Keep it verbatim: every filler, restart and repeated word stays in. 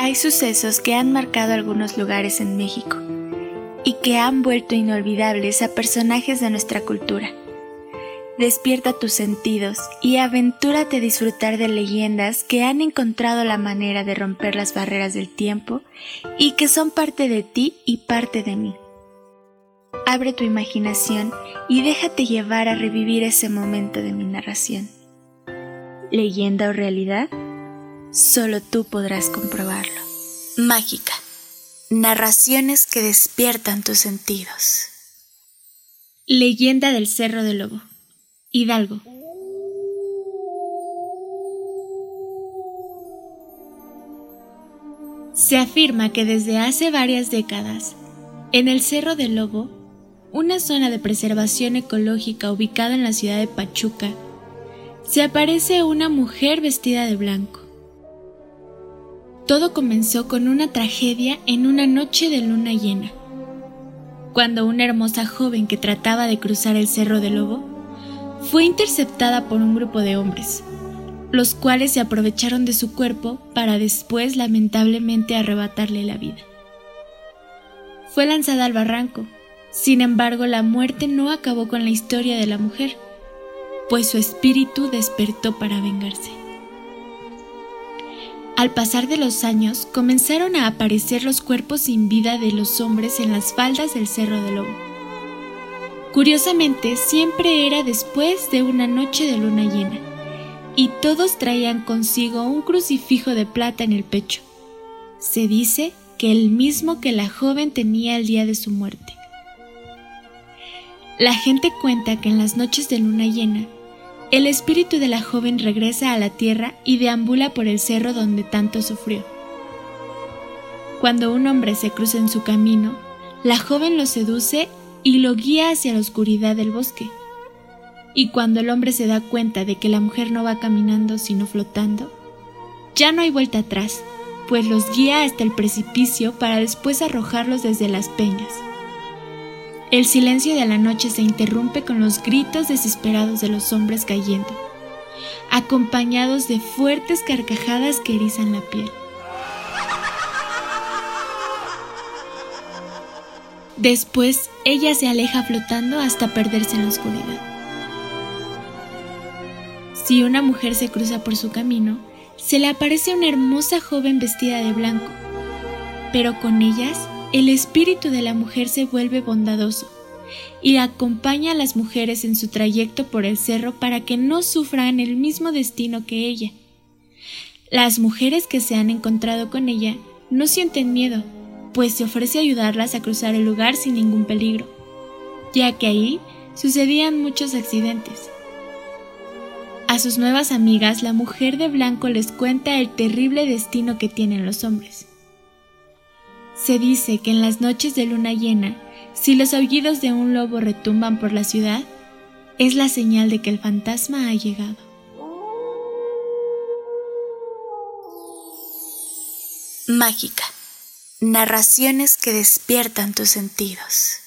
hay sucesos que han marcado algunos lugares en México y que han vuelto inolvidables a personajes de nuestra cultura. Despierta tus sentidos y aventúrate a disfrutar de leyendas que han encontrado la manera de romper las barreras del tiempo y que son parte de ti y parte de mí. Abre tu imaginación y déjate llevar a revivir ese momento de mi narración. ¿Leyenda o realidad? Solo tú podrás comprobarlo. Mágica. Narraciones que despiertan tus sentidos. Leyenda del Cerro del Lobo. Hidalgo. Se afirma que desde hace varias décadas, en el Cerro del Lobo, una zona de preservación ecológica ubicada en la ciudad de Pachuca, se aparece una mujer vestida de blanco. Todo comenzó con una tragedia en una noche de luna llena, cuando una hermosa joven que trataba de cruzar el Cerro del Lobo fue interceptada por un grupo de hombres, los cuales se aprovecharon de su cuerpo para después lamentablemente arrebatarle la vida. Fue lanzada al barranco. Sin embargo, la muerte no acabó con la historia de la mujer, pues su espíritu despertó para vengarse. Al pasar de los años, comenzaron a aparecer los cuerpos sin vida de los hombres en las faldas del Cerro del Lobo. Curiosamente, siempre era después de una noche de luna llena, y todos traían consigo un crucifijo de plata en el pecho. Se dice que el mismo que la joven tenía el día de su muerte. La gente cuenta que en las noches de luna llena, el espíritu de la joven regresa a la tierra y deambula por el cerro donde tanto sufrió. Cuando un hombre se cruza en su camino, la joven lo seduce y lo guía hacia la oscuridad del bosque. Y cuando el hombre se da cuenta de que la mujer no va caminando sino flotando, ya no hay vuelta atrás, pues los guía hasta el precipicio para después arrojarlos desde las peñas. El silencio de la noche se interrumpe con los gritos desesperados de los hombres cayendo, acompañados de fuertes carcajadas que erizan la piel. Después, ella se aleja flotando hasta perderse en la oscuridad. Si una mujer se cruza por su camino, se le aparece una hermosa joven vestida de blanco, pero con ellas, el espíritu de la mujer se vuelve bondadoso y acompaña a las mujeres en su trayecto por el cerro para que no sufran el mismo destino que ella. Las mujeres que se han encontrado con ella no sienten miedo, pues se ofrece ayudarlas a cruzar el lugar sin ningún peligro, ya que ahí sucedían muchos accidentes. A sus nuevas amigas, la mujer de blanco les cuenta el terrible destino que tienen los hombres. Se dice que en las noches de luna llena, si los aullidos de un lobo retumban por la ciudad, es la señal de que el fantasma ha llegado. Mágica. Narraciones que despiertan tus sentidos.